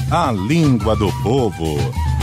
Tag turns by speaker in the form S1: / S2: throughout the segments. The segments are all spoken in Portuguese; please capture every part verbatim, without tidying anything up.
S1: A língua do povo.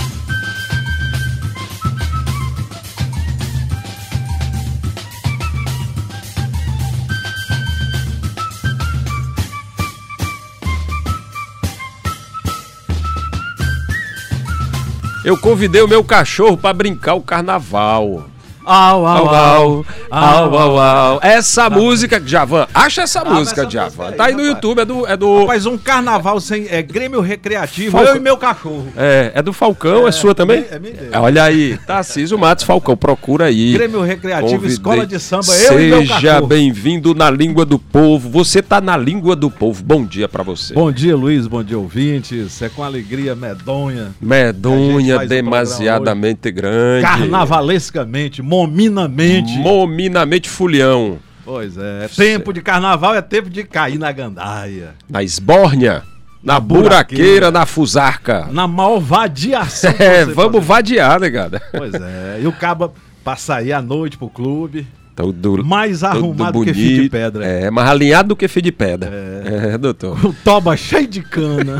S2: Eu convidei o meu cachorro pra brincar o carnaval.
S3: Au, au, au,
S2: au, au, au. Essa música, Djavan, acha essa ah, música, Djavan. Tá aí no rapaz. YouTube, é do... É do...
S3: Rapaz, um carnaval sem... É Grêmio Recreativo,
S2: Falcão.
S3: Eu e meu cachorro.
S2: É, é do Falcão, é, é sua também?
S3: É, é minha ideia.
S2: Olha aí, Tarcísio Matos Falcão, procura aí.
S3: Grêmio Recreativo, Convidei. Escola de Samba,
S2: Seja
S3: eu e meu cachorro.
S2: Seja bem-vindo na Língua do Povo. Você tá na Língua do Povo. Bom dia pra você.
S3: Bom dia, Luiz, bom dia, ouvintes. É com alegria medonha.
S2: Medonha, demasiadamente grande.
S3: Carnavalescamente, mominamente.
S2: Mominamente fulião.
S3: Pois é. Tempo de carnaval é tempo de cair na gandaia.
S2: Na esbórnia. Na, na buraqueira, buraqueira, na fusarca.
S3: Na malvadiação.
S2: É, vamos pode... vadiar, né, cara?
S3: Pois é. E o caba pra sair à noite pro clube.
S2: Tudo,
S3: mais arrumado
S2: tudo
S3: que fio de pedra.
S2: É, mais alinhado do que fio de pedra.
S3: É,
S2: é doutor.
S3: O toba cheio de cana.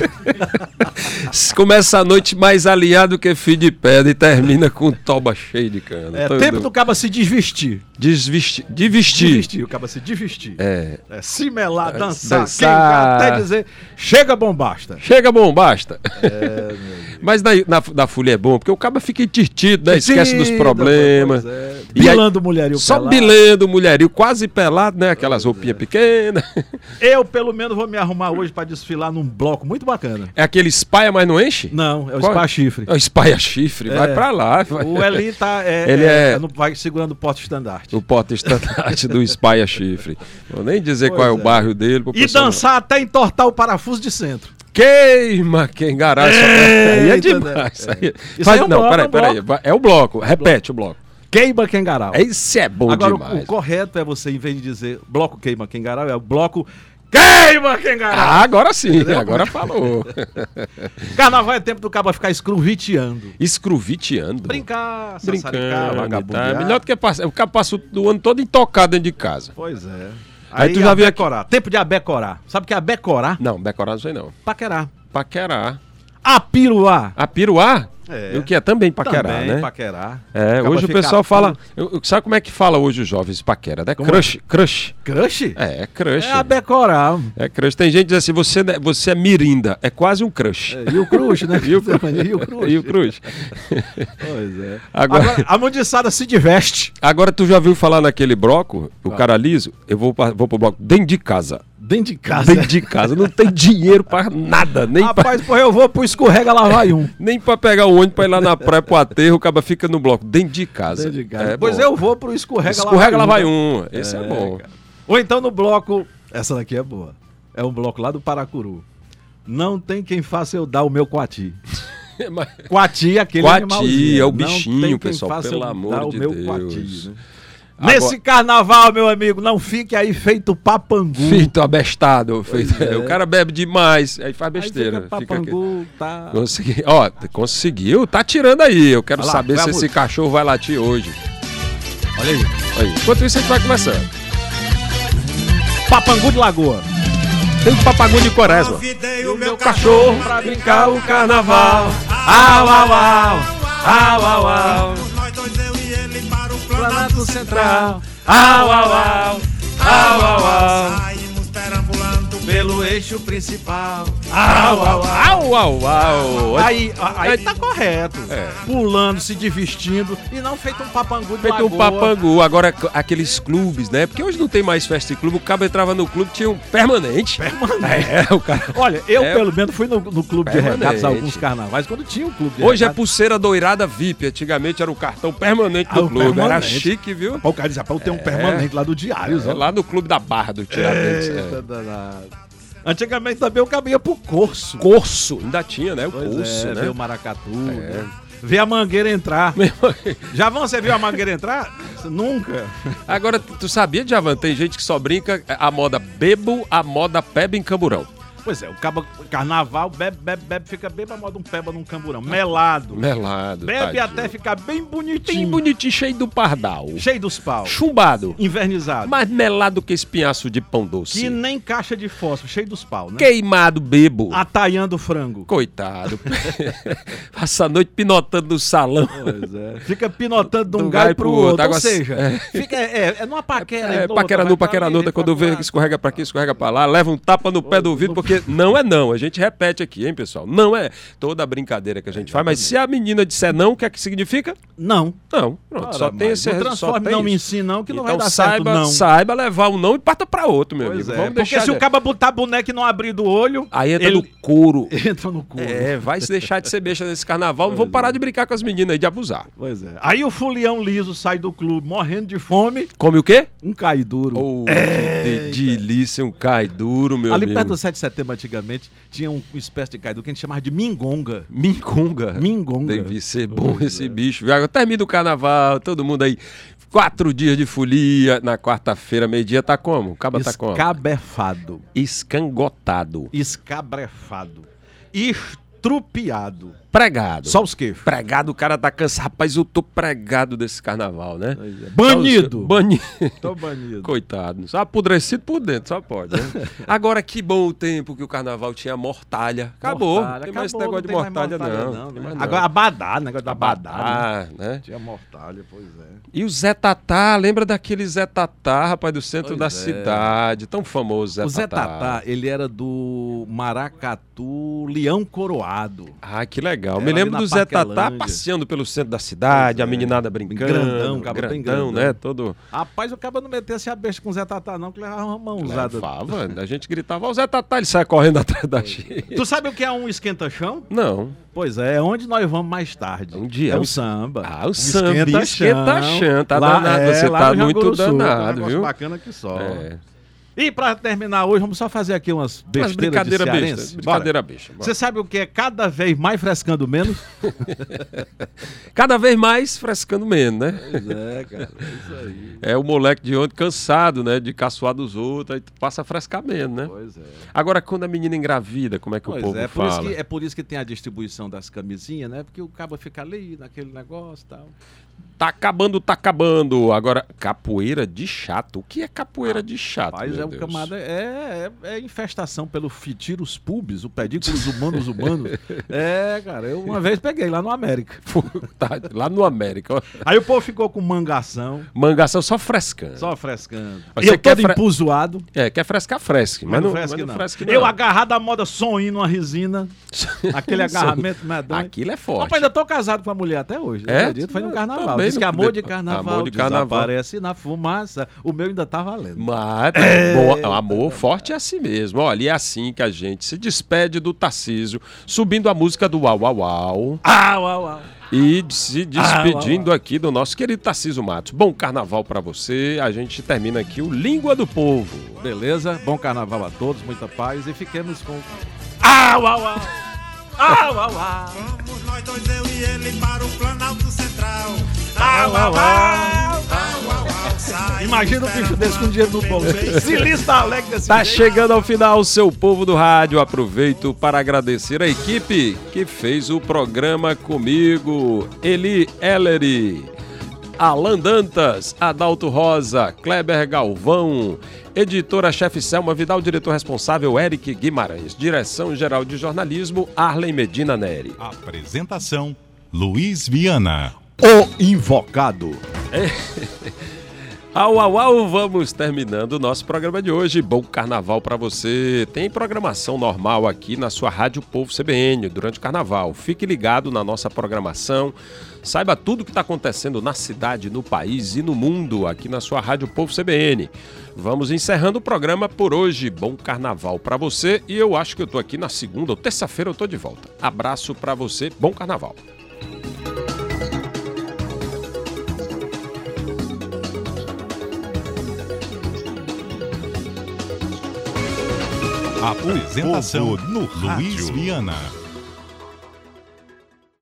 S2: Começa a noite mais alinhado do que fio de pedra e termina com toba cheio de cana.
S3: É tudo. Tempo do caba se desvestir.
S2: Desvestir. De vestir.
S3: Desvestir, o caba se desvestir.
S2: É.
S3: é se melar, dançar,
S2: dançar.
S3: Quem, até dizer, chega bombasta.
S2: Chega bombasta.
S3: É,
S2: mas na, na, na folia é bom, porque o caba fica entirtido, né? Esquece dos problemas.
S3: É. Bilando mulherio
S2: só
S3: pelado.
S2: bilando mulherio, quase pelado, né? Aquelas roupinhas é. pequenas.
S3: Eu, pelo menos, vou me arrumar hoje pra desfilar num bloco muito bacana.
S2: É aquele espalha, mas não enche?
S3: Não, é o
S2: Qual?
S3: espalha chifre.
S2: É o espalha chifre, é. vai pra lá. Vai.
S3: O Eli tá, é,
S2: Ele é, é...
S3: vai segurando o porta-estandarte.
S2: O porta-estandarte do espalha chifre. Vou nem dizer pois qual é, é o bairro dele.
S3: E dançar não... até entortar o parafuso de centro.
S2: Queima quem garagem. Aí é demais.
S3: É.
S2: Aí... Faz... é um não, bloco, peraí, peraí. É o bloco, repete o bloco.
S3: Queima Quengarau.
S2: Esse é bom
S3: Agora,
S2: demais.
S3: O, o correto é você, em vez de dizer bloco Queima Quengarau, é o bloco Queima Quengarau.
S2: Ah, agora sim, entendeu? Agora falou.
S3: Carnaval é tempo do cabo ficar escruviteando.
S2: Escruviteando?
S3: Brincar,
S2: Brincando, vagabundear. Tá? Melhor do que passar. O cabo passa o ano todo intocado dentro de casa.
S3: Pois é.
S2: Aí, Aí tu já viu
S3: abecorar. Aqui... Tempo de abecorar. Sabe o que é abecorar?
S2: Não, abecorar não sei não.
S3: Paquerar.
S2: Paquerar.
S3: Apiruar.
S2: Apiruar?
S3: É.
S2: O que é também paquerar,
S3: também,
S2: né?
S3: paquerar.
S2: É,
S3: acaba
S2: hoje o pessoal fala... Eu, sabe como é que fala hoje os jovens paquera, né?
S3: Como
S2: crush,
S3: é?
S2: crush.
S3: Crush?
S2: É, é crush.
S3: É abecorar.
S2: É crush. Tem gente que diz assim, você, você é mirinda. É quase um crush.
S3: É, e o crush, né?
S2: e, o, e o crush. E o crush.
S3: Pois é.
S2: Agora,
S3: Agora, a mundiçada se diveste.
S2: Agora, tu já viu falar naquele bloco, o ah. cara liso? Eu vou, pra, vou pro bloco dentro de casa.
S3: Dentro de casa?
S2: Dentro de casa. Não tem dinheiro pra nada. Nem
S3: Rapaz,
S2: pra...
S3: porra, eu vou pro escorrega lá vai um.
S2: Nem pra pegar o ônibus pra ir lá na praia pro aterro, o cara fica no bloco. Dentro de casa.
S3: Dentro de casa.
S2: É,
S3: pois
S2: bom.
S3: eu vou pro escorrega,
S2: escorrega lá vai
S3: um.
S2: Escorrega lá vai um. Esse é, é bom.
S3: Cara. Ou então no bloco... Essa daqui é boa. É um bloco lá do Paracuru. Não tem quem faça eu dar o meu coati.
S2: Mas...
S3: Coati é aquele
S2: coati,
S3: animalzinho.
S2: é o bichinho, pessoal, pelo amor de Deus.
S3: Coati, né? Agora... Nesse carnaval, meu amigo, não fique aí feito papangu.
S2: Feito abestado. Feito... É. O cara bebe demais, aí faz besteira.
S3: Aí fica papangu, fica tá...
S2: Consegui... Ó, conseguiu, tá tirando aí. Eu quero
S3: lá,
S2: saber se esse cachorro vai latir hoje.
S3: Olha aí.
S2: aí. Enquanto isso, a gente vai conversando.
S3: Papangu de Lagoa.
S2: Tem um papangu de Quaresma.
S3: E o meu cachorro pra brincar o carnaval. Au, au, au. Au, au, au. Planalto Central. Au, au, au. Au, au, au. Saímos perambulando pelo eixo principal. Au, au, au.
S2: Au, au, au.
S3: Aí, aí tá correto. É. Pulando, se divestindo e não feito um papangu de
S2: feito
S3: Lagoa.
S2: um papangu. Agora, aqueles clubes, né? Porque hoje não tem mais festa de clube. O cabo entrava no clube, tinha um permanente.
S3: Permanente.
S2: É, o cara...
S3: Olha, eu
S2: é.
S3: pelo menos fui no, no clube permanente. de regatas alguns carnavais, quando tinha um clube de
S2: Hoje
S3: regatas.
S2: é pulseira doirada V I P. Antigamente era o cartão permanente do ah, clube. Permanente. Era chique, viu?
S3: O cara dizia, pô, eu tenho é. um permanente lá do Diário.
S2: É, lá no clube da Barra do Tiradentes.
S3: Eita, é. danado. Antigamente também o cabo ia pro Corso.
S2: Corso, ainda tinha, né? O
S3: pois
S2: Corso,
S3: é,
S2: né?
S3: Ver o Maracatu, é. né? Ver a Mangueira entrar. Javan, você viu a Mangueira entrar? Nunca.
S2: Agora, tu sabia, Javan, tem gente que só brinca a moda bebo, a moda peba em Camburão.
S3: Pois é, o cabo carnaval bebe, bebe, bebe, fica bem pra moda um peba num camburão. Melado.
S2: Melado.
S3: Bebe
S2: tadinho.
S3: até ficar bem bonitinho.
S2: Bem bonitinho, cheio do pardal.
S3: Cheio dos pau.
S2: Chumbado.
S3: Invernizado.
S2: Mais melado que espinhaço de pão doce.
S3: Que nem caixa de fósforo, cheio dos pau, né?
S2: Queimado, bebo.
S3: Ataiando frango.
S2: Coitado. Passa a noite pinotando no salão.
S3: Pois é. Fica pinotando de um
S2: Do
S3: galho pro outro.
S2: Agora,
S3: Ou seja,
S2: é.
S3: fica, é, é numa paquera.
S2: É,
S3: e
S2: paquera nu, paquera nuda, quando vê que escorrega pra aqui, escorrega pra lá, leva um tapa no pé do ouvido, porque não é não. A gente repete aqui, hein, pessoal? Não é toda a brincadeira que a gente faz, mas se a menina disser não, o que é que significa?
S3: Não.
S2: Não. Pronto,
S3: Ora,
S2: só tem
S3: mas
S2: esse
S3: não transforme não me ensine não, que não
S2: então,
S3: vai dar
S2: saiba,
S3: certo não.
S2: Saiba levar um não e parta pra outro, meu
S3: Pois
S2: amigo.
S3: é,
S2: Vamos
S3: porque
S2: deixar
S3: se
S2: de...
S3: o caba botar boneco e não abrir do olho...
S2: Aí entra
S3: ele...
S2: no couro.
S3: Entra no couro.
S2: É, vai se deixar de ser besta nesse carnaval. Não vou parar de brincar com as meninas aí, de abusar.
S3: Pois é. Aí o fulião liso sai do clube morrendo de fome.
S2: Come o quê?
S3: Um cai duro.
S2: Oh, que delícia, um cai duro, meu
S3: Ali
S2: amigo.
S3: perto do sete de setembro, antigamente, tinha um- uma espécie de cai duro que a gente chamava de mingonga.
S2: Mingonga.
S3: Mingonga.
S2: Deve ser bom esse bicho. Agora termina o carnaval, todo mundo aí. Quatro dias de folia. Na quarta-feira, meio-dia, tá como? O caba tá como?
S3: Escabefado.
S2: Escangotado.
S3: Escabrefado. Estrupiado.
S2: Pregado.
S3: Só os queixos.
S2: Pregado, o cara tá cansado. Rapaz, eu tô pregado desse carnaval, né?
S3: Banido.
S2: Banido.
S3: Tô banido.
S2: Coitado. Só apodrecido por dentro, só pode, né? Agora, que bom o tempo que o carnaval tinha mortalha. Acabou.
S3: Mortalha.
S2: Não tem mais esse
S3: Acabou,
S2: negócio de
S3: não tem mais
S2: mortalha, não.
S3: não,
S2: Tem
S3: né?
S2: mais não.
S3: Agora, abadá, negócio da abadá. né?
S2: Abadá, né?
S3: Tinha mortalha, pois é.
S2: E o Zé Tatá, lembra daquele Zé Tatá, rapaz, do centro
S3: Pois
S2: da
S3: é.
S2: cidade. Tão famoso, Zé
S3: O Zé
S2: Tatá.
S3: Tatá, ele era do Maracatu Leão Coroado.
S2: Ah, que legal.
S3: Era
S2: Me
S3: ali
S2: lembro
S3: na
S2: do Zé Tatá
S3: Parquelândia.
S2: passeando pelo centro da cidade,
S3: Pois
S2: a
S3: é.
S2: meninada brincando.
S3: Grandão, cabo bem grandão.
S2: né? Todo...
S3: Rapaz, o cara não metesse a besta com o Zé Tatá, não, que levava uma mão usada.
S2: Levava, a gente gritava, ó, o Zé Tatá, ele sai correndo atrás da gente.
S3: Tu sabe o que é um esquenta-chão?
S2: Não.
S3: Pois é, é onde nós vamos mais tarde.
S2: Um dia.
S3: É
S2: Um-
S3: o samba.
S2: Ah, o
S3: Um
S2: samba,
S3: esquenta-chão.
S2: esquenta-chão, tá
S3: Lá-
S2: danado,
S3: é,
S2: você
S3: lá
S2: tá
S3: no Rio
S2: muito
S3: Grande do Sul,
S2: danado,
S3: um negócio
S2: viu?
S3: bacana que só.
S2: É.
S3: E pra terminar hoje, vamos só fazer aqui umas
S2: Mas
S3: besteiras
S2: brincadeira
S3: de cearense.
S2: besta. Brincadeira besta. bora.
S3: Você sabe o que é cada vez mais frescando menos?
S2: Cada vez mais frescando menos, né?
S3: Pois é, cara. É isso aí.
S2: É o moleque de ontem cansado, né? De caçoar dos outros, aí passa a frescar menos, né?
S3: Pois é.
S2: Agora, quando a menina engravida, como é que
S3: Pois
S2: o povo
S3: é, por isso
S2: fala?
S3: que, é por isso que tem a distribuição das camisinhas, né? Porque o cabo fica ali naquele negócio e tal.
S2: Tá acabando, tá acabando. Agora, capoeira de chato. O que é capoeira de chato,
S3: Rapaz,
S2: meu
S3: é o
S2: Deus?
S3: camada. É, é, é infestação pelo fitirus pubis, o pedículos humanos humanos. É, cara, eu uma vez peguei lá no América.
S2: Tá, lá no América, ó.
S3: Aí o povo ficou com mangação,
S2: Mangação só frescando.
S3: só frescando.
S2: Mas
S3: E eu
S2: você quer
S3: todo
S2: fre-
S3: empuzoado.
S2: É, quer frescar, fresque. Mas,
S3: Mas não
S2: não,
S3: fresque,
S2: mas
S3: não.
S2: fresque
S3: Eu agarrado à moda soninho numa resina. Aquele agarramento medonho.
S2: Aquilo é forte.
S3: Rapaz, ainda tô casado com a mulher até hoje.
S2: É?
S3: Acredito, foi no carnaval.
S2: Também
S3: Diz que
S2: no-
S3: amor de
S2: de-
S3: carnaval,
S2: amor de carnaval.
S3: desaparece na fumaça. O meu ainda tá valendo.
S2: Mas, bom, amor forte é assim mesmo. Olha, e é assim que a gente se despede do Tarcísio, subindo a música do Uau Uau Uau.
S3: Ah, uau, uau.
S2: E se despedindo
S3: Ah,
S2: aqui do nosso querido Tarcísio Matos. Bom carnaval pra você. A gente termina aqui o Língua do Povo.
S3: Beleza? Bom carnaval a todos, muita paz e fiquemos com. Ah, uau, uau. Ah, uau, uau.
S1: Vamos nós dois, eu e ele, para o Planalto Central.
S3: Ah, uau, uau.
S1: Sai,
S3: Imagina um bicho desse com dinheiro no bolso. Se lista alegre desse
S2: Tá
S3: jeito.
S2: chegando ao final, seu povo do rádio. Aproveito para agradecer a equipe que fez o programa comigo. Eli Ellery, Alan Dantas, Adalto Rosa, Kleber Galvão, editora-chefe Selma Vidal, diretor responsável Eric Guimarães, direção-geral de jornalismo Arlen Medina Neri.
S1: Apresentação: Luiz Viana.
S3: O invocado.
S2: Au, au, au, vamos terminando o nosso programa de hoje. Bom carnaval pra você. Tem programação normal aqui na sua Rádio Povo C B N durante o carnaval. Fique ligado na nossa programação. Saiba tudo o que está acontecendo na cidade, no país e no mundo aqui na sua Rádio Povo C B N. Vamos encerrando o programa por hoje. Bom carnaval pra você. E eu acho que eu tô aqui na segunda ou terça-feira eu tô de volta. Abraço pra você. Bom carnaval.
S1: Apresentação:
S4: no
S1: Luiz
S4: rádio.
S1: Viana.